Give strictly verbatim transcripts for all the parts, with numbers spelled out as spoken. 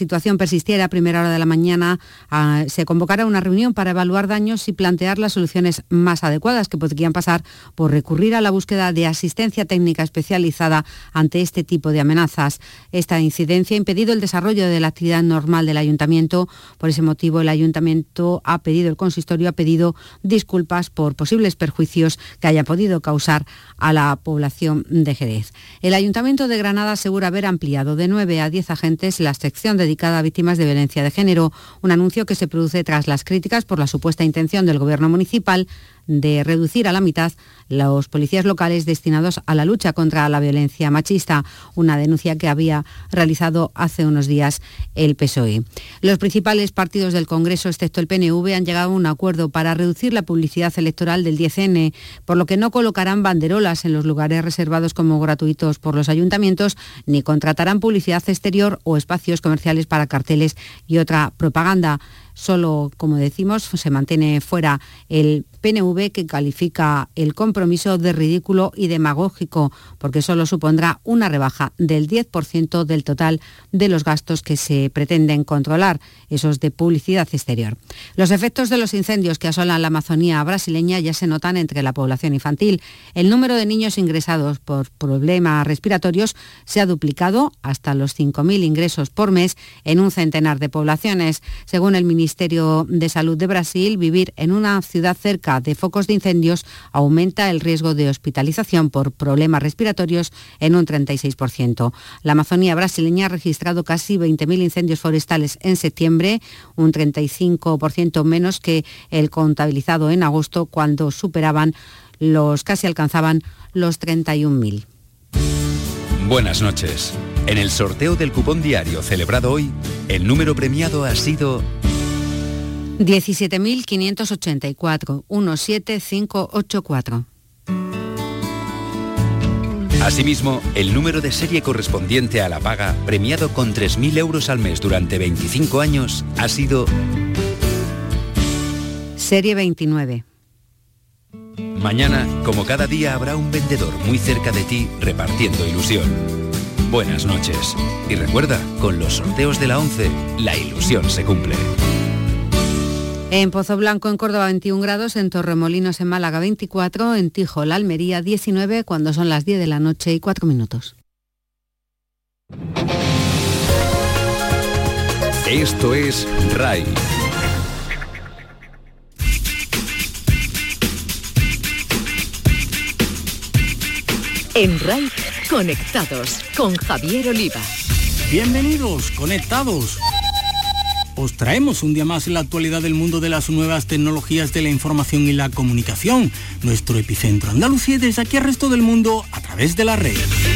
situación persistiera a primera hora de la mañana, uh, se convocará una reunión para evaluar daños y plantear las soluciones más adecuadas, que podrían pasar por recurrir a la búsqueda de asistencia técnica especializada ante este tipo de amenazas. Esta incidencia ha impedido el desarrollo de la actividad normal del Ayuntamiento. Por ese motivo, el Ayuntamiento ha pedido, el Consistorio ha pedido disculpas por posibles perjuicios que haya podido causar a la población de Jerez. El Ayuntamiento de Granada asegura haber ampliado de nueve a diez agentes la sección de dedicada a víctimas de violencia de género, un anuncio que se produce tras las críticas por la supuesta intención del Gobierno municipal de reducir a la mitad los policías locales destinados a la lucha contra la violencia machista, una denuncia que había realizado hace unos días el P S O E. Los principales partidos del Congreso, excepto el P N V, han llegado a un acuerdo para reducir la publicidad electoral del diez ene, por lo que no colocarán banderolas en los lugares reservados como gratuitos por los ayuntamientos, ni contratarán publicidad exterior o espacios comerciales para carteles y otra propaganda. Solo, como decimos, se mantiene fuera el P N V, que califica el compromiso de ridículo y demagógico, porque solo supondrá una rebaja del diez por ciento del total de los gastos que se pretenden controlar, esos de publicidad exterior. Los efectos de los incendios que asolan la Amazonía brasileña ya se notan entre la población infantil. El número de niños ingresados por problemas respiratorios se ha duplicado hasta los cinco mil ingresos por mes en un centenar de poblaciones. Según el Ministerio Ministerio de Salud de Brasil, vivir en una ciudad cerca de focos de incendios aumenta el riesgo de hospitalización por problemas respiratorios en un treinta y seis por ciento. La Amazonía brasileña ha registrado casi veinte mil incendios forestales en septiembre, un treinta y cinco por ciento menos que el contabilizado en agosto, cuando superaban los, casi alcanzaban los treinta y un mil. Buenas noches. En el sorteo del cupón diario celebrado hoy, el número premiado ha sido diecisiete mil quinientos ochenta y cuatro, uno siete cinco ocho cuatro. Asimismo, el número de serie correspondiente a la paga, premiado con tres mil euros al mes durante veinticinco años, ha sido serie veintinueve. Mañana, como cada día, habrá un vendedor muy cerca de ti repartiendo ilusión. Buenas noches. Y recuerda, con los sorteos de la once, la ilusión se cumple. En Pozo Blanco, en Córdoba, veintiún grados, en Torremolinos, en Málaga, veinticuatro, en Tíjola, Almería, diecinueve, cuando son las diez de la noche y cuatro minutos. Esto es RAI. En RAI, conectados con Javier Oliva. Bienvenidos, conectados. Os traemos un día más la actualidad del mundo de las nuevas tecnologías de la información y la comunicación, nuestro epicentro Andalucía, y desde aquí al resto del mundo a través de la red.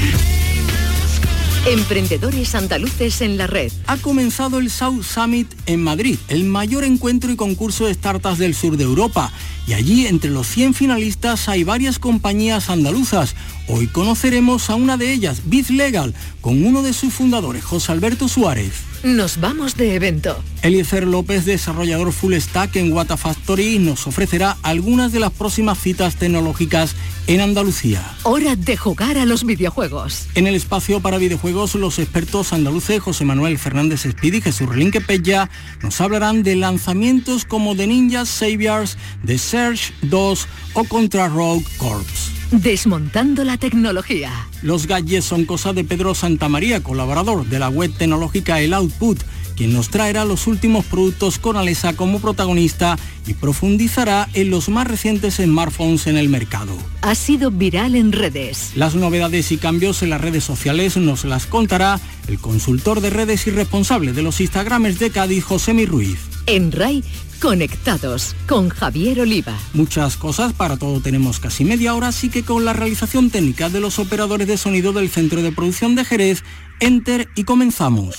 Emprendedores andaluces en la red. Ha comenzado el South Summit en Madrid, el mayor encuentro y concurso de startups del sur de Europa. Y allí, entre los cien finalistas, hay varias compañías andaluzas. Hoy conoceremos a una de ellas, BizLegal, con uno de sus fundadores, José Alberto Suárez. Nos vamos de evento. Eliezer López, desarrollador full stack en Wata Factory, nos ofrecerá algunas de las próximas citas tecnológicas en Andalucía. Hora de jugar a los videojuegos. En el espacio para videojuegos, los expertos andaluces José Manuel Fernández Espidi y Jesús Relinque Pella nos hablarán de lanzamientos como The Ninja Saviors, The Surge dos o Contra Rogue Corps. Desmontando la tecnología. Los gadgets son cosa de Pedro Santamaría, colaborador de la web tecnológica El Output, quien nos traerá los últimos productos con Alexa como protagonista y profundizará en los más recientes smartphones en el mercado. Ha sido viral en redes. Las novedades y cambios en las redes sociales nos las contará el consultor de redes y responsable de los Instagrames de Cádiz, Josemi Ruiz. En RAI, conectados con Javier Oliva. Muchas cosas, para todo tenemos casi media hora, así que con la realización técnica de los operadores de sonido del Centro de Producción de Jerez, enter y comenzamos.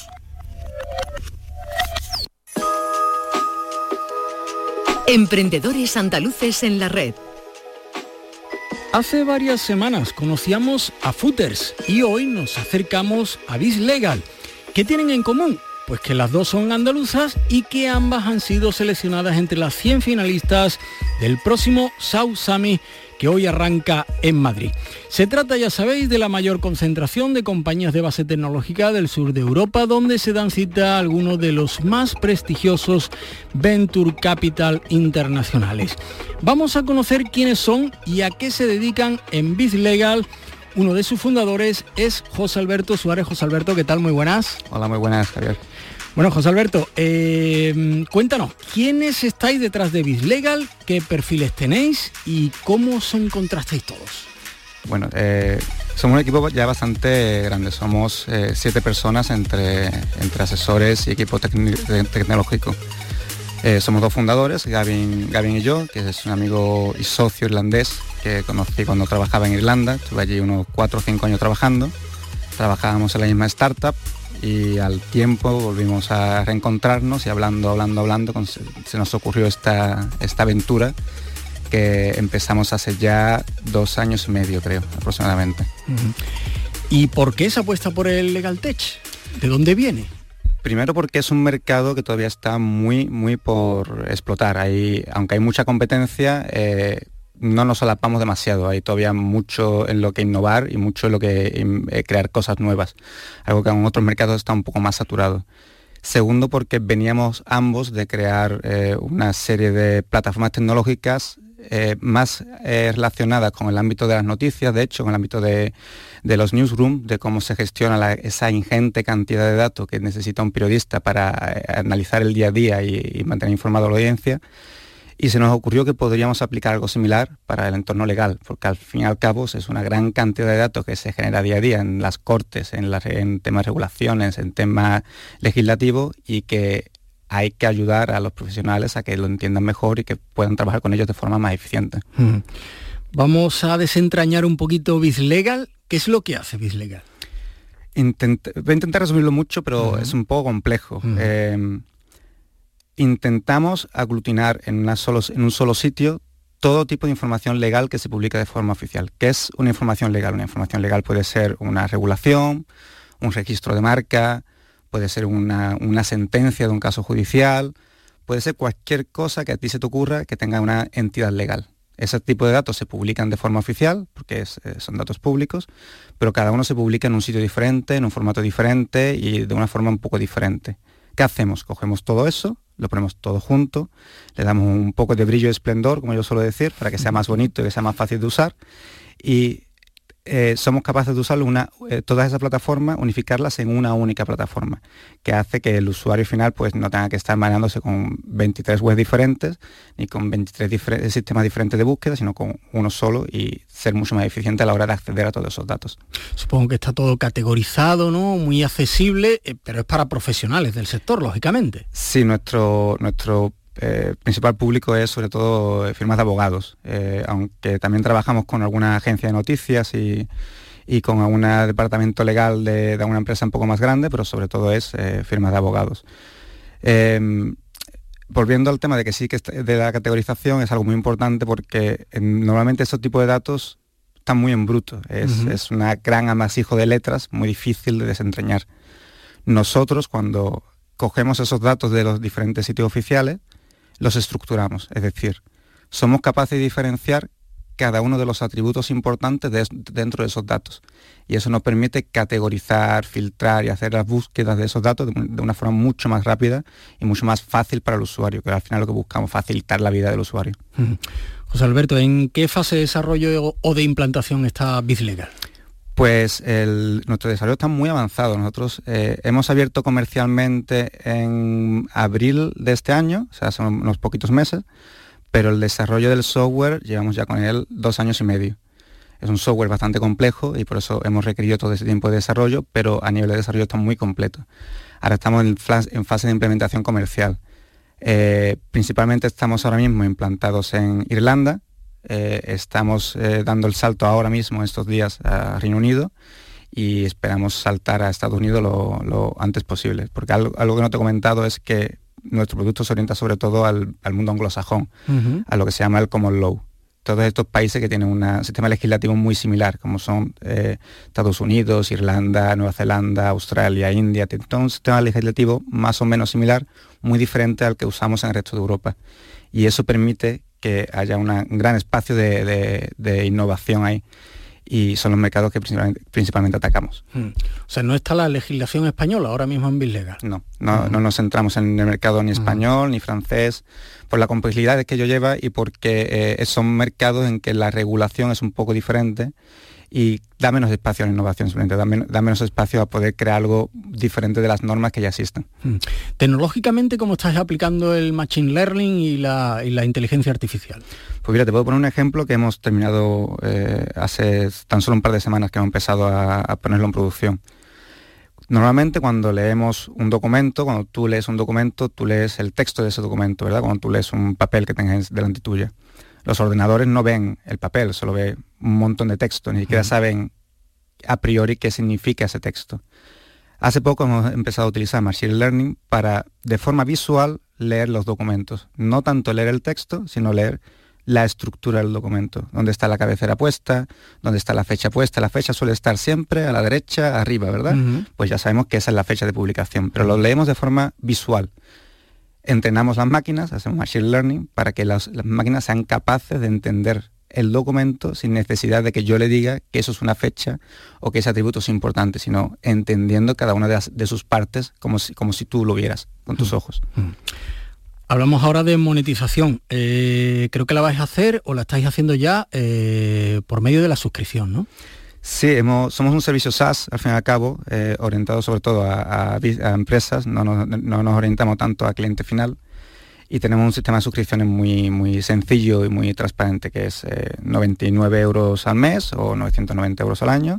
Emprendedores andaluces en la red. Hace varias semanas conocíamos a Footers y hoy nos acercamos a BizLegal. ¿Qué tienen en común? Pues que las dos son andaluzas y que ambas han sido seleccionadas entre las cien finalistas del próximo South Summit, que hoy arranca en Madrid. Se trata, ya sabéis, de la mayor concentración de compañías de base tecnológica del sur de Europa, donde se dan cita a algunos de los más prestigiosos Venture Capital internacionales. Vamos a conocer quiénes son y a qué se dedican en BizLegal. Uno de sus fundadores es José Alberto Suárez. José Alberto, ¿qué tal? Muy buenas. Hola, muy buenas, Javier. Bueno, José Alberto, eh, cuéntanos, ¿quiénes estáis detrás de BizLegal? ¿Qué perfiles tenéis? ¿Y cómo os encontrasteis todos? Bueno, eh, somos un equipo ya bastante grande. Somos eh, siete personas entre, entre asesores y equipo tecn- tecnológico. Eh, somos dos fundadores, Gavin, Gavin y yo, que es un amigo y socio irlandés que conocí cuando trabajaba en Irlanda. Estuve allí unos cuatro o cinco años trabajando. Trabajábamos en la misma startup y al tiempo volvimos a reencontrarnos y hablando, hablando, hablando, con, se, se nos ocurrió esta, esta aventura que empezamos hace ya dos años y medio, creo, aproximadamente. Uh-huh. ¿Y por qué esa apuesta por el Legal Tech? ¿De dónde viene? Primero porque es un mercado que todavía está muy, muy por explotar. Hay, aunque hay mucha competencia, eh, no nos solapamos demasiado. Hay todavía mucho en lo que innovar y mucho en lo que eh, crear cosas nuevas. Algo que en otros mercados está un poco más saturado. Segundo, porque veníamos ambos de crear eh, una serie de plataformas tecnológicas eh, más eh, relacionadas con el ámbito de las noticias, de hecho, con el ámbito de, de los newsrooms, de cómo se gestiona la, esa ingente cantidad de datos que necesita un periodista para eh, analizar el día a día y, y mantener informada a la audiencia. Y se nos ocurrió que podríamos aplicar algo similar para el entorno legal, porque al fin y al cabo es una gran cantidad de datos que se genera día a día en las cortes, en, la, en temas de regulaciones, en temas legislativos, y que hay que ayudar a los profesionales a que lo entiendan mejor y que puedan trabajar con ellos de forma más eficiente. Hmm. Vamos a desentrañar un poquito BizLegal. ¿Qué es lo que hace BizLegal? Intent- voy a intentar resumirlo mucho, pero uh-huh. es un poco complejo. Uh-huh. Eh, Intentamos aglutinar en, una solo, en un solo sitio todo tipo de información legal que se publica de forma oficial. ¿Qué es una información legal? Una información legal puede ser una regulación, un registro de marca, puede ser una, una sentencia de un caso judicial, puede ser cualquier cosa que a ti se te ocurra que tenga una entidad legal. Ese tipo de datos se publican de forma oficial, porque es, son datos públicos, pero cada uno se publica en un sitio diferente, en un formato diferente y de una forma un poco diferente. ¿Qué hacemos? Cogemos todo eso, lo ponemos todo junto, le damos un poco de brillo y esplendor, como yo suelo decir, para que sea más bonito y que sea más fácil de usar, y eh, somos capaces de usar una, eh, todas esas plataformas, unificarlas en una única plataforma, que hace que el usuario final pues no tenga que estar manejándose con veintitrés webs diferentes, ni con veintitrés difer- sistemas diferentes de búsqueda, sino con uno solo y ser mucho más eficiente a la hora de acceder a todos esos datos. Supongo que está todo categorizado, ¿no? Muy accesible, eh, pero es para profesionales del sector, lógicamente. Sí, nuestro, nuestro eh, principal público es sobre todo firmas de abogados, eh, aunque también trabajamos con alguna agencia de noticias y, y con algún departamento legal de, de alguna empresa un poco más grande, pero sobre todo es eh, firmas de abogados. Eh, volviendo al tema de que sí que de la categorización es algo muy importante porque eh, normalmente esos tipos de datos están muy en bruto, es, uh-huh. es un gran amasijo de letras muy difícil de desentrañar. Nosotros cuando cogemos esos datos de los diferentes sitios oficiales, los estructuramos, es decir, somos capaces de diferenciar cada uno de los atributos importantes de, dentro de esos datos. Y eso nos permite categorizar, filtrar y hacer las búsquedas de esos datos de, de una forma mucho más rápida y mucho más fácil para el usuario, que al final lo que buscamos, facilitar la vida del usuario. Uh-huh. José Alberto, ¿en qué fase de desarrollo o de implantación está BizLegal? Pues el, nuestro desarrollo está muy avanzado. Nosotros eh, hemos abierto comercialmente en abril de este año, o sea, son unos poquitos meses, pero el desarrollo del software llevamos ya con él dos años y medio. Es un software bastante complejo y por eso hemos requerido todo ese tiempo de desarrollo, pero a nivel de desarrollo está muy completo. Ahora estamos en, flas, en fase de implementación comercial. Eh, principalmente estamos ahora mismo implantados en Irlanda. Eh, estamos eh, dando el salto ahora mismo, estos días, a Reino Unido y esperamos saltar a Estados Unidos lo, lo antes posible. Porque algo, algo que no te he comentado es que nuestro producto se orienta sobre todo al, al mundo anglosajón, uh-huh. a lo que se llama el Common Law. todos estos países que tienen un sistema legislativo muy similar, como son eh, Estados Unidos, Irlanda, Nueva Zelanda, Australia, India, tienen todo un sistema legislativo más o menos similar, muy diferente al que usamos en el resto de Europa. Y eso permite que haya una, un gran espacio de, de, de innovación ahí. Y son los mercados que principalmente, principalmente atacamos. Hmm. O sea, no está la legislación española ahora mismo en BizLegal. No, no, uh-huh. no nos centramos en el mercado ni español, uh-huh. ni francés, por la complejidad que ello lleva y porque eh, son mercados en que la regulación es un poco diferente y da menos espacio a la innovación, simplemente da, men- da menos espacio a poder crear algo diferente de las normas que ya existen. Hmm. Tecnológicamente, ¿cómo estás aplicando el Machine Learning y la, y la inteligencia artificial? Pues mira, te puedo poner un ejemplo que hemos terminado eh, hace tan solo un par de semanas que hemos empezado a, a ponerlo en producción. Normalmente cuando leemos un documento, cuando tú lees un documento, tú lees el texto de ese documento, ¿verdad? Cuando tú lees un papel que tengas delante tuya. Los ordenadores no ven el papel, solo ven un montón de texto, ni siquiera saben a priori qué significa ese texto. Hace poco hemos empezado a utilizar Machine Learning para, de forma visual, leer los documentos. No tanto leer el texto, sino leer la estructura del documento. Dónde está la cabecera puesta, dónde está la fecha puesta. La fecha suele estar siempre a la derecha, arriba, ¿verdad? Uh-huh. Pues ya sabemos que esa es la fecha de publicación, pero lo leemos de forma visual. Entrenamos las máquinas, hacemos Machine Learning, para que las, las máquinas sean capaces de entender el documento sin necesidad de que yo le diga que eso es una fecha o que ese atributo es importante, sino entendiendo cada una de, las, de sus partes como si, como si tú lo vieras con tus ojos. Uh-huh. Hablamos ahora de monetización. Eh, creo que la vais a hacer o la estáis haciendo ya eh, por medio de la suscripción, ¿no? Sí, hemos, somos un servicio SaaS, al fin y al cabo, eh, orientado sobre todo a, a, a empresas, no nos, no nos orientamos tanto a cliente final y tenemos un sistema de suscripciones muy, muy sencillo y muy transparente, que es eh, noventa y nueve euros al mes o novecientos noventa euros al año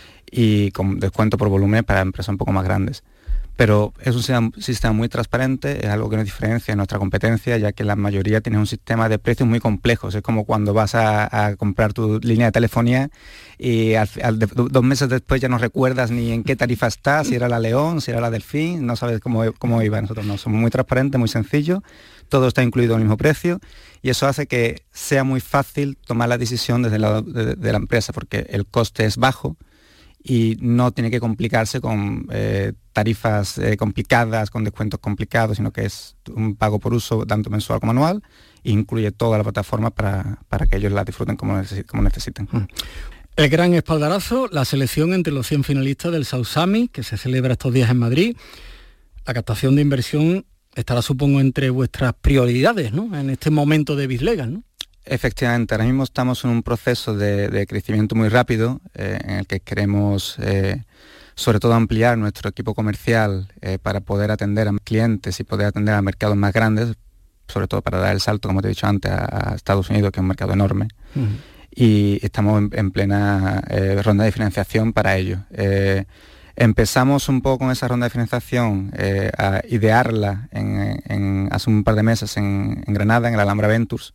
y con descuento por volumen para empresas un poco más grandes. Pero es un sistema, sistema muy transparente, es algo que nos diferencia de nuestra competencia, ya que la mayoría tiene un sistema de precios muy complejos. Es como cuando vas a, a comprar tu línea de telefonía y al, al de, dos meses después ya no recuerdas ni en qué tarifa estás, si era la León, si era la Delfín, no sabes cómo, cómo iba. Nosotros no, somos muy transparentes, muy sencillo, todo está incluido en el mismo precio y eso hace que sea muy fácil tomar la decisión desde el lado de, de la empresa, porque el coste es bajo y no tiene que complicarse con eh, tarifas eh, complicadas, con descuentos complicados, sino que es un pago por uso tanto mensual como anual e incluye toda la plataforma para, para que ellos la disfruten como, necesi- como necesiten. El gran espaldarazo, la selección entre los cien finalistas del South Summit, que se celebra estos días en Madrid. La captación de inversión estará, supongo, entre vuestras prioridades, ¿no?, en este momento de BizLegal, ¿no? Efectivamente, ahora mismo estamos en un proceso de, de crecimiento muy rápido eh, en el que queremos eh, sobre todo ampliar nuestro equipo comercial eh, para poder atender a clientes y poder atender a mercados más grandes, sobre todo para dar el salto, como te he dicho antes, a, a Estados Unidos, que es un mercado enorme. Uh-huh. Y estamos en, en plena eh, ronda de financiación para ello. Eh, empezamos un poco con esa ronda de financiación eh, a idearla en, en, hace un par de meses en, en Granada, en el Alhambra Ventures,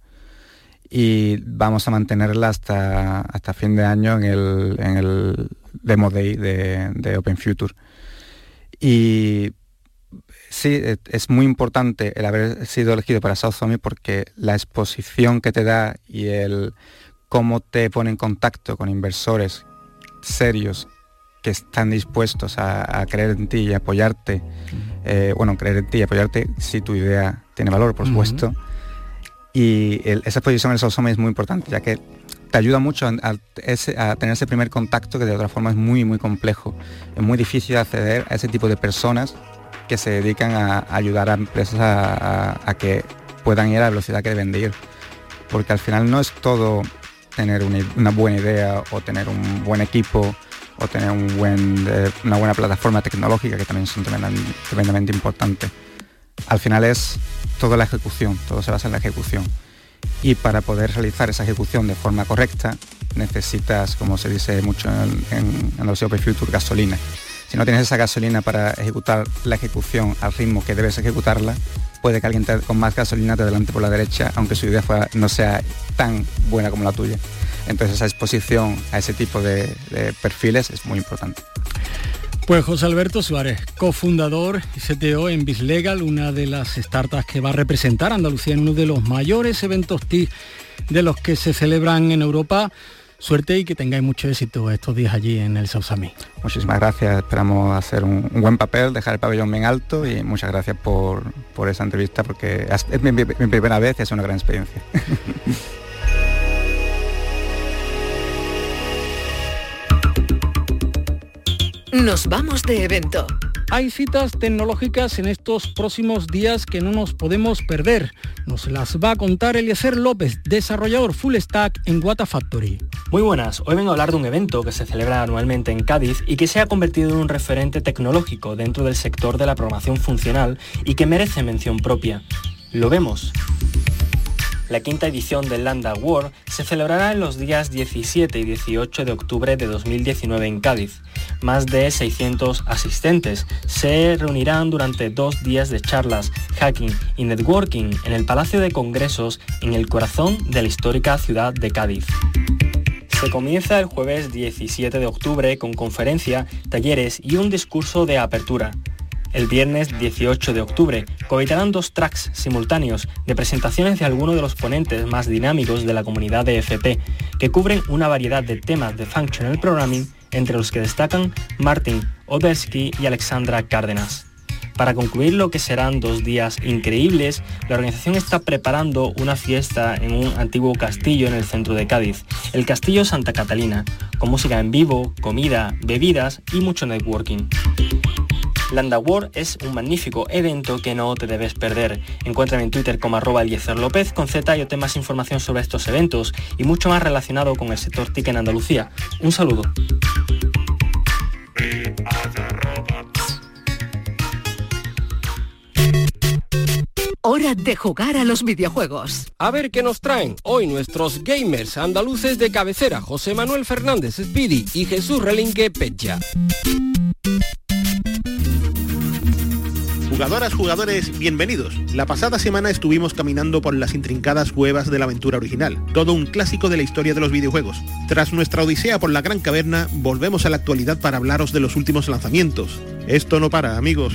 y vamos a mantenerla hasta, hasta fin de año en el, en el Demo Day de, de Open Future. Y sí, es muy importante el haber sido elegido para South Summit porque la exposición que te da y el cómo te pone en contacto con inversores serios que están dispuestos a, a creer en ti y apoyarte, eh, bueno, creer en ti y apoyarte si tu idea tiene valor, por supuesto. Uh-huh. Y el, esa exposición en el South Summit es muy importante, ya que te ayuda mucho a, a, ese, a tener ese primer contacto que de otra forma es muy, muy complejo. Es muy difícil acceder a ese tipo de personas que se dedican a, a ayudar a empresas a, a, a que puedan ir a la velocidad que deben de ir. Porque al final no es todo tener una, una buena idea o tener un buen equipo o tener un buen, eh, una buena plataforma tecnológica, que también son tremendamente, tremendamente importantes. Al final es toda la ejecución, todo se basa en la ejecución. Y para poder realizar esa ejecución de forma correcta, necesitas, como se dice mucho en, en, en los Open Future, gasolina. Si no tienes esa gasolina para ejecutar la ejecución al ritmo que debes ejecutarla, puede que alguien te, con más gasolina te adelante por la derecha, aunque su idea fuera, no sea tan buena como la tuya. Entonces esa exposición a ese tipo de, de perfiles es muy importante. Pues José Alberto Suárez, cofundador y C T O en BizLegal, una de las startups que va a representar a Andalucía en uno de los mayores eventos T I C de los que se celebran en Europa. Suerte y que tengáis mucho éxito estos días allí en el South Summit. Muchísimas gracias, esperamos hacer un, un buen papel, dejar el pabellón bien alto y muchas gracias por, por esa entrevista porque es mi, mi, mi primera vez y es una gran experiencia. Nos vamos de evento. Hay citas tecnológicas en estos próximos días que no nos podemos perder. Nos las va a contar Eliezer López, desarrollador full stack en Wata Factory. Muy buenas, hoy vengo a hablar de un evento que se celebra anualmente en Cádiz y que se ha convertido en un referente tecnológico dentro del sector de la programación funcional y que merece mención propia. Lo vemos. La quinta edición del Lambda World se celebrará en los días diecisiete y dieciocho de octubre de dos mil diecinueve en Cádiz. Más de seiscientos asistentes se reunirán durante dos días de charlas, hacking y networking en el Palacio de Congresos en el corazón de la histórica ciudad de Cádiz. Se comienza el jueves diecisiete de octubre con conferencia, talleres y un discurso de apertura. El viernes dieciocho de octubre cohabitarán dos tracks simultáneos de presentaciones de algunos de los ponentes más dinámicos de la comunidad de F P, que cubren una variedad de temas de Functional Programming, entre los que destacan Martin Odersky y Alexandra Cárdenas. Para concluir lo que serán dos días increíbles, la organización está preparando una fiesta en un antiguo castillo en el centro de Cádiz, el Castillo Santa Catalina, con música en vivo, comida, bebidas y mucho networking. Lambda World es un magnífico evento que no te debes perder. Encuéntrame en Twitter como arroba Eliezer López con Z y obtén más información sobre estos eventos y mucho más relacionado con el sector TIC en Andalucía. Un saludo. Hora de jugar a los videojuegos. A ver qué nos traen hoy nuestros gamers andaluces de cabecera, José Manuel Fernández Speedy y Jesús Relinque Pecha. Jugadoras, jugadores, bienvenidos. La pasada semana estuvimos caminando por las intrincadas cuevas de la aventura original, todo un clásico de la historia de los videojuegos. Tras nuestra odisea por la Gran Caverna, volvemos a la actualidad para hablaros de los últimos lanzamientos. Esto no para, amigos.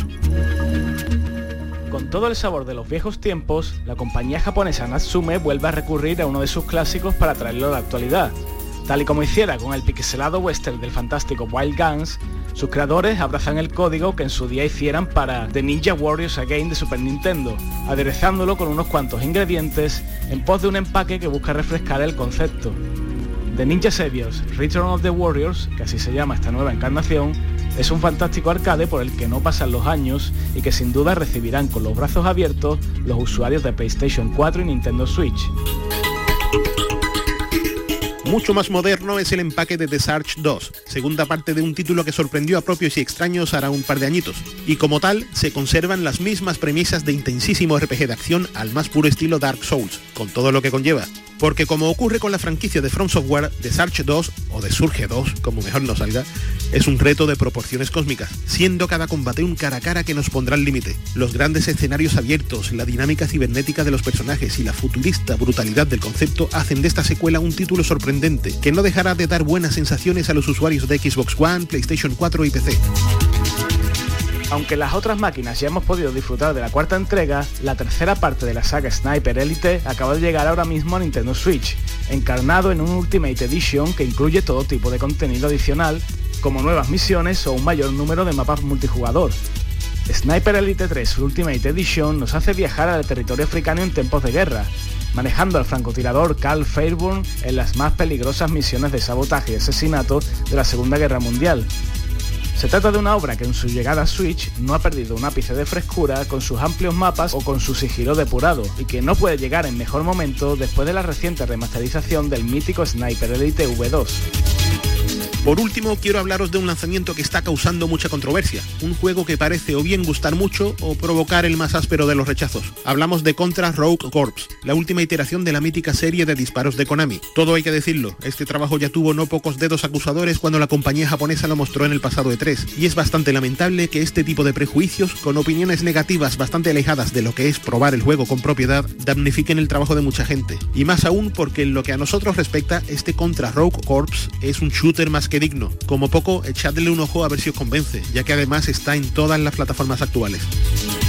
Con todo el sabor de los viejos tiempos, la compañía japonesa Natsume vuelve a recurrir a uno de sus clásicos para traerlo a la actualidad. Tal y como hiciera con el pixelado western del fantástico Wild Guns, sus creadores abrazan el código que en su día hicieran para The Ninja Warriors Again de Super Nintendo, aderezándolo con unos cuantos ingredientes en pos de un empaque que busca refrescar el concepto. The Ninja Saviors Return of the Warriors, que así se llama esta nueva encarnación, es un fantástico arcade por el que no pasan los años y que sin duda recibirán con los brazos abiertos los usuarios de PlayStation cuatro y Nintendo Switch. Mucho más moderno es el empaque de The Surge dos, segunda parte de un título que sorprendió a propios y extraños hará un par de añitos, y como tal se conservan las mismas premisas de intensísimo R P G de acción al más puro estilo Dark Souls, con todo lo que conlleva. Porque como ocurre con la franquicia de From Software, The Surge dos, o The Surge dos, como mejor nos salga, es un reto de proporciones cósmicas, siendo cada combate un cara a cara que nos pondrá al límite. Los grandes escenarios abiertos, la dinámica cibernética de los personajes y la futurista brutalidad del concepto hacen de esta secuela un título sorprendente, que no dejará de dar buenas sensaciones a los usuarios de Xbox One, PlayStation cuatro y P C. Aunque en las otras máquinas ya hemos podido disfrutar de la cuarta entrega, la tercera parte de la saga Sniper Elite acaba de llegar ahora mismo a Nintendo Switch, encarnado en un Ultimate Edition que incluye todo tipo de contenido adicional, como nuevas misiones o un mayor número de mapas multijugador. Sniper Elite tres Ultimate Edition nos hace viajar al territorio africano en tiempos de guerra, manejando al francotirador Carl Fairburn en las más peligrosas misiones de sabotaje y asesinato de la Segunda Guerra Mundial. Se trata de una obra que en su llegada a Switch no ha perdido un ápice de frescura con sus amplios mapas o con su sigilo depurado, y que no puede llegar en mejor momento después de la reciente remasterización del mítico Sniper Elite V dos. Por último, quiero hablaros de un lanzamiento que está causando mucha controversia, un juego que parece o bien gustar mucho o provocar el más áspero de los rechazos. Hablamos de Contra Rogue Corps, la última iteración de la mítica serie de disparos de Konami. Todo hay que decirlo, este trabajo ya tuvo no pocos dedos acusadores cuando la compañía japonesa lo mostró en el pasado E tres, y es bastante lamentable que este tipo de prejuicios, con opiniones negativas bastante alejadas de lo que es probar el juego con propiedad, damnifiquen el trabajo de mucha gente. Y más aún porque en lo que a nosotros respecta, este Contra Rogue Corps es un shooter más que digno. Como poco, echadle un ojo a ver si os convence, ya que además está en todas las plataformas actuales.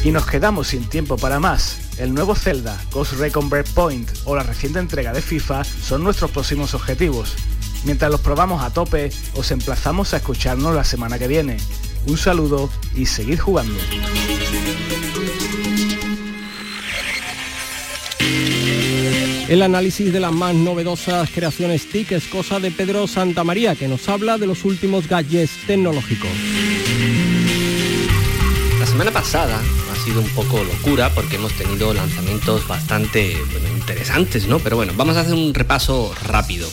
Y nos quedamos sin tiempo para más. El nuevo Zelda, Ghost Recon Breakpoint o la reciente entrega de FIFA son nuestros próximos objetivos. Mientras los probamos a tope, os emplazamos a escucharnos la semana que viene. Un saludo y seguid jugando. El análisis de las más novedosas creaciones T I C es cosa de Pedro Santamaría, que nos habla de los últimos gadgets tecnológicos. La semana pasada ha sido un poco locura porque hemos tenido lanzamientos bastante bueno, interesantes, ¿no? Pero bueno, vamos a hacer un repaso rápido.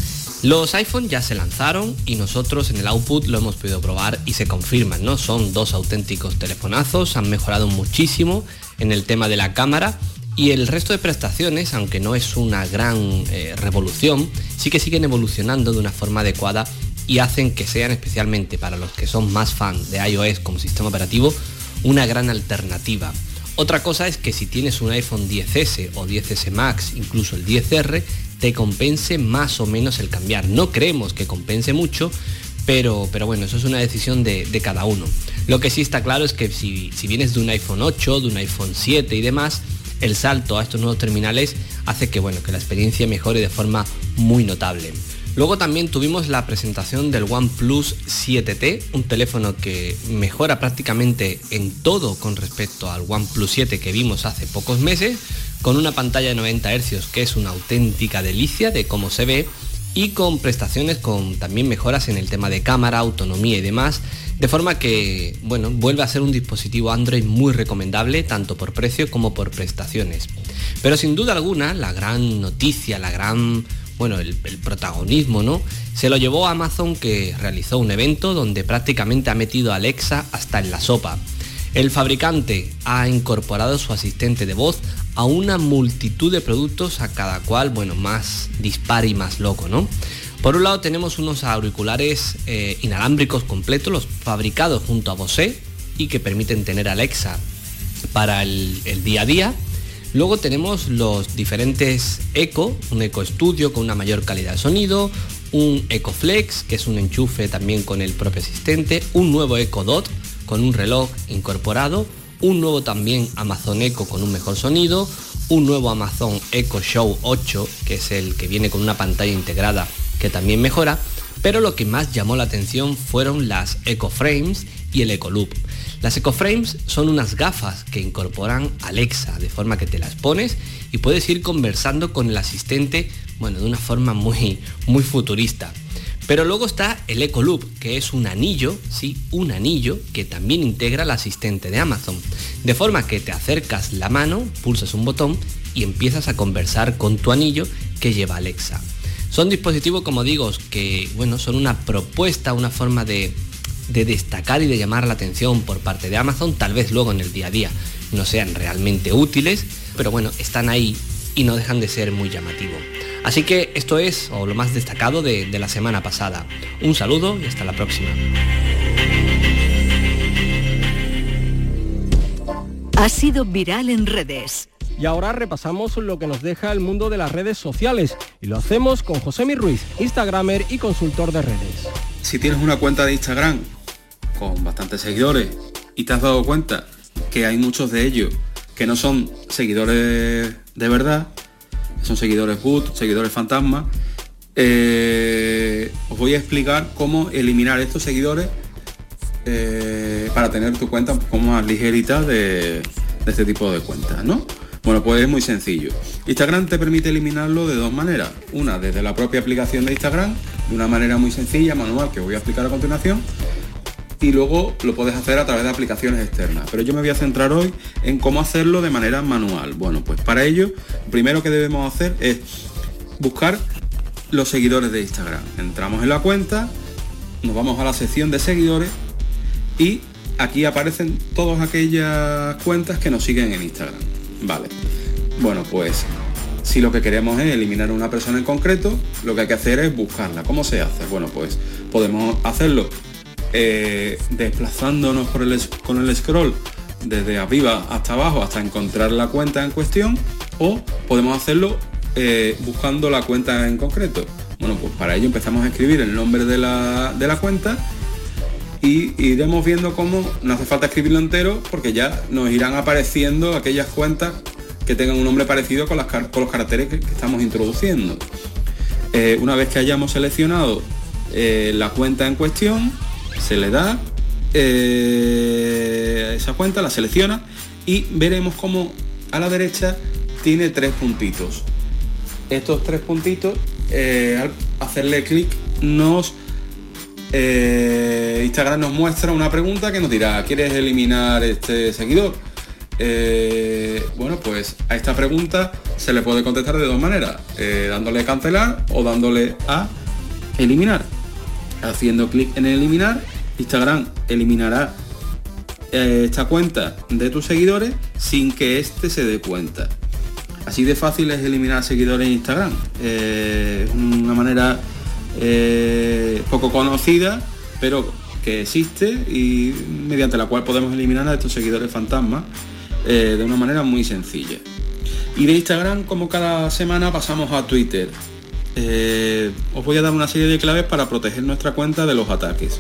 Los iPhone ya se lanzaron y nosotros en el Output lo hemos podido probar y se confirman, ¿no? Son dos auténticos telefonazos, han mejorado muchísimo en el tema de la cámara y el resto de prestaciones, aunque no es una gran eh, revolución, sí que siguen evolucionando de una forma adecuada y hacen que sean, especialmente para los que son más fan de iOS como sistema operativo, una gran alternativa. Otra cosa es que si tienes un iPhone diez ese o diez ese Max, incluso el diez erre, te compense más o menos el cambiar. No creemos que compense mucho, pero, pero bueno, eso es una decisión de, de cada uno. Lo que sí está claro es que si, si vienes de un iPhone ocho, de un iPhone siete y demás, el salto a estos nuevos terminales hace que, bueno, que la experiencia mejore de forma muy notable. Luego también tuvimos la presentación del OnePlus siete T, un teléfono que mejora prácticamente en todo con respecto al OnePlus siete que vimos hace pocos meses, con una pantalla de noventa hercios que es una auténtica delicia de cómo se ve y con prestaciones con también mejoras en el tema de cámara, autonomía y demás, de forma que, bueno, vuelve a ser un dispositivo Android muy recomendable tanto por precio como por prestaciones. Pero sin duda alguna, la gran noticia, la gran... bueno, el, el protagonismo, ¿no? Se lo llevó a Amazon, que realizó un evento donde prácticamente ha metido a Alexa hasta en la sopa. El fabricante ha incorporado su asistente de voz a una multitud de productos, a cada cual, bueno, más dispar y más loco, ¿no? Por un lado tenemos unos auriculares eh, inalámbricos completos, los fabricados junto a Bose y que permiten tener Alexa para el, el día a día. Luego tenemos los diferentes Echo, un Echo Studio con una mayor calidad de sonido, un Echo Flex, que es un enchufe también con el propio asistente, un nuevo Echo Dot con un reloj incorporado, un nuevo también Amazon Echo con un mejor sonido, un nuevo Amazon Echo Show ocho, que es el que viene con una pantalla integrada que también mejora, pero lo que más llamó la atención fueron las Echo Frames y el Echo Loop. Las Echo Frames son unas gafas que incorporan Alexa, de forma que te las pones y puedes ir conversando con el asistente, bueno, de una forma muy, muy futurista. Pero luego está el Echo Loop, que es un anillo, sí, un anillo que también integra el asistente de Amazon, de forma que te acercas la mano, pulsas un botón y empiezas a conversar con tu anillo que lleva Alexa. Son dispositivos, como digo, que, bueno, son una propuesta, una forma de... de destacar y de llamar la atención por parte de Amazon. Tal vez luego en el día a día no sean realmente útiles, pero bueno, están ahí y no dejan de ser muy llamativos. Así que esto es o lo más destacado de, de la semana pasada. Un saludo y hasta la próxima. Ha sido viral en redes. Y ahora repasamos lo que nos deja el mundo de las redes sociales y lo hacemos con Josemi Ruiz, instagramer y consultor de redes. Si tienes una cuenta de Instagram con bastantes seguidores y te has dado cuenta que hay muchos de ellos que no son seguidores de verdad, son seguidores boot, seguidores fantasma, eh, os voy a explicar cómo eliminar estos seguidores eh, para tener tu cuenta un poco más ligerita de, de este tipo de cuentas, ¿no? Bueno, pues es muy sencillo. Instagram te permite eliminarlo de dos maneras. Una, desde la propia aplicación de Instagram, de una manera muy sencilla, manual, que voy a explicar a continuación. Y luego lo puedes hacer a través de aplicaciones externas. Pero yo me voy a centrar hoy en cómo hacerlo de manera manual. Bueno, pues para ello, lo primero que debemos hacer es buscar los seguidores de Instagram. Entramos en la cuenta, nos vamos a la sección de seguidores y aquí aparecen todas aquellas cuentas que nos siguen en Instagram. Vale, bueno, pues si lo que queremos es eliminar a una persona en concreto, lo que hay que hacer es buscarla. ¿Cómo se hace? Bueno, pues podemos hacerlo eh, desplazándonos por el, con el scroll desde arriba hasta abajo hasta encontrar la cuenta en cuestión, o podemos hacerlo eh, buscando la cuenta en concreto. Bueno, pues para ello empezamos a escribir el nombre de la, de la cuenta y iremos viendo cómo no hace falta escribirlo entero, porque ya nos irán apareciendo aquellas cuentas que tengan un nombre parecido con, las, con los caracteres que, que estamos introduciendo. Eh, una vez que hayamos seleccionado eh, la cuenta en cuestión, se le da eh, esa cuenta, la selecciona y veremos cómo a la derecha tiene tres puntitos. Estos tres puntitos, eh, al hacerle clic, nos eh, Instagram nos muestra una pregunta que nos dirá: ¿quieres eliminar este seguidor? Eh, bueno, pues a esta pregunta se le puede contestar de dos maneras, eh, dándole a cancelar o dándole a eliminar. Haciendo clic en eliminar, Instagram eliminará eh, esta cuenta de tus seguidores sin que éste se dé cuenta. Así de fácil es eliminar seguidores en Instagram. Eh, es una manera eh, poco conocida, pero que existe y mediante la cual podemos eliminar a estos seguidores fantasmas eh, de una manera muy sencilla. Y de Instagram, como cada semana, pasamos a Twitter. Eh, os voy a dar una serie de claves para proteger nuestra cuenta de los ataques.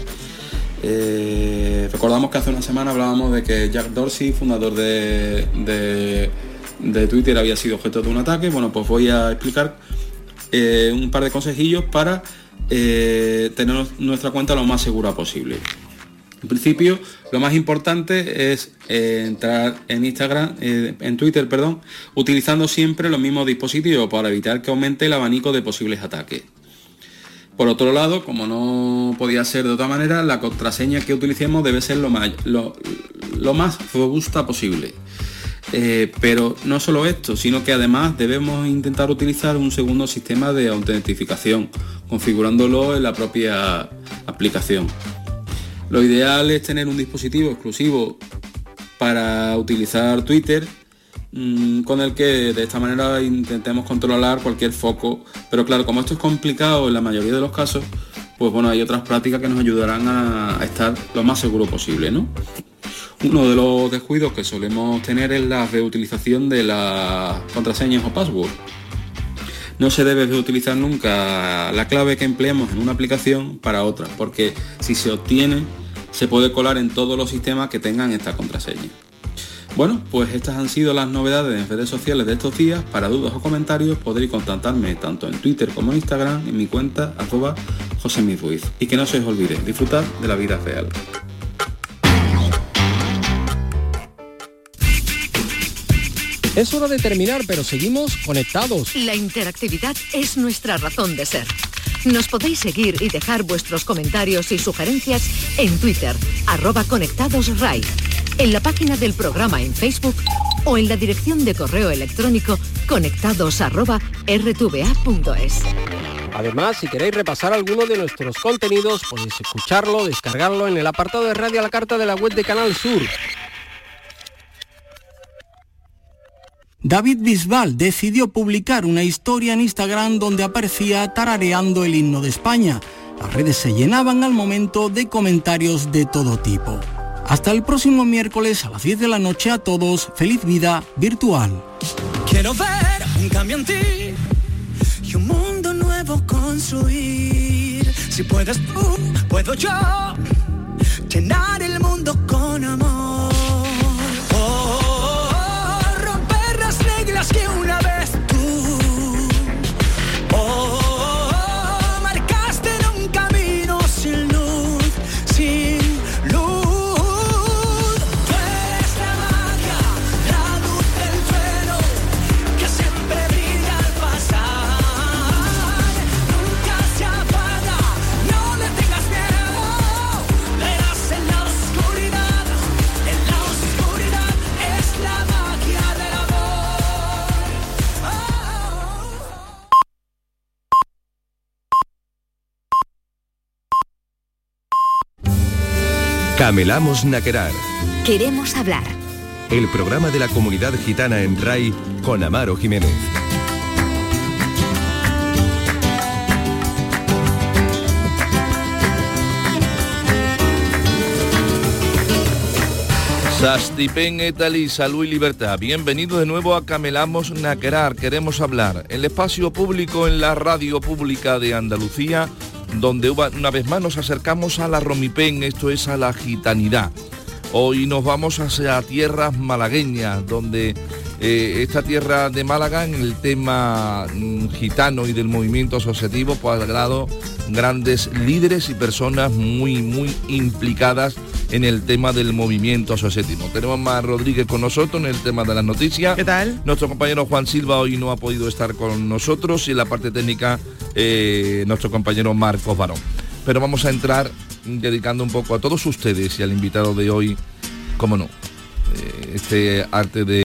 Eh, recordamos que hace una semana hablábamos de que Jack Dorsey, fundador de, de, de Twitter, había sido objeto de un ataque. Bueno, pues voy a explicar eh, un par de consejillos para eh, tener nuestra cuenta lo más segura posible. En principio, lo más importante es eh, entrar en Instagram, eh, en Twitter, perdón, utilizando siempre los mismos dispositivos para evitar que aumente el abanico de posibles ataques. Por otro lado, como no podía ser de otra manera, la contraseña que utilicemos debe ser lo más, lo, lo más robusta posible. Eh, pero no solo esto, sino que además debemos intentar utilizar un segundo sistema de autentificación, configurándolo en la propia aplicación. Lo ideal es tener un dispositivo exclusivo para utilizar Twitter, mmm, con el que de esta manera intentemos controlar cualquier foco. Pero claro, como esto es complicado en la mayoría de los casos, pues bueno, hay otras prácticas que nos ayudarán a, a estar lo más seguro posible, ¿no? Uno de los descuidos que solemos tener es la reutilización de las contraseñas o password. No se debe reutilizar nunca la clave que empleemos en una aplicación para otra, porque si se obtiene, se puede colar en todos los sistemas que tengan esta contraseña. Bueno, pues estas han sido las novedades en redes sociales de estos días. Para dudas o comentarios podréis contactarme tanto en Twitter como en Instagram en mi cuenta arroba josemiruiz. Y que no se os olvide, disfrutar de la vida real. Es hora de terminar, pero seguimos conectados. La interactividad es nuestra razón de ser. Nos podéis seguir y dejar vuestros comentarios y sugerencias en Twitter, arroba conectadosrai, en la página del programa en Facebook o en la dirección de correo electrónico conectados arroba r t v a punto es. Además, si queréis repasar alguno de nuestros contenidos, podéis escucharlo, descargarlo en el apartado de Radio a la Carta de la web de Canal Sur. David Bisbal decidió publicar una historia en Instagram donde aparecía tarareando el himno de España. Las redes se llenaban al momento de comentarios de todo tipo. Hasta el próximo miércoles a las diez de la noche a todos. Feliz vida virtual. Quiero ver un cambio en ti y un mundo nuevo construir. Si puedes tú, puedo yo llenar el mundo con amor. Que una vez tú oh, marcaste en un camino sin luz, sin luz. Tú eres la magia, la luz del trueno que siempre brilla al pasar. Nunca se apaga, no le tengas miedo. Verás en la oscuridad, en la oscuridad es la magia del amor. Camelamos Naquerar. Queremos hablar. El programa de la comunidad gitana en RAI con Amaro Jiménez. Sastipen etali, salud y libertad. Bienvenido de nuevo a Camelamos Naquerar. Queremos hablar. El espacio público en la radio pública de Andalucía donde una vez más nos acercamos a la Romipén, esto es a la gitanidad. Hoy nos vamos hacia tierras malagueñas, donde eh, esta tierra de Málaga, en el tema mm, gitano y del movimiento asociativo, pues ha dado grandes líderes y personas muy, muy implicadas en el tema del movimiento asociativo. Tenemos a Mar Rodríguez con nosotros en el tema de las noticias. ¿Qué tal? Nuestro compañero Juan Silva hoy no ha podido estar con nosotros y en la parte técnica eh, nuestro compañero Marcos Barón. Pero vamos a entrar dedicando un poco a todos ustedes y al invitado de hoy, cómo no, eh, este arte de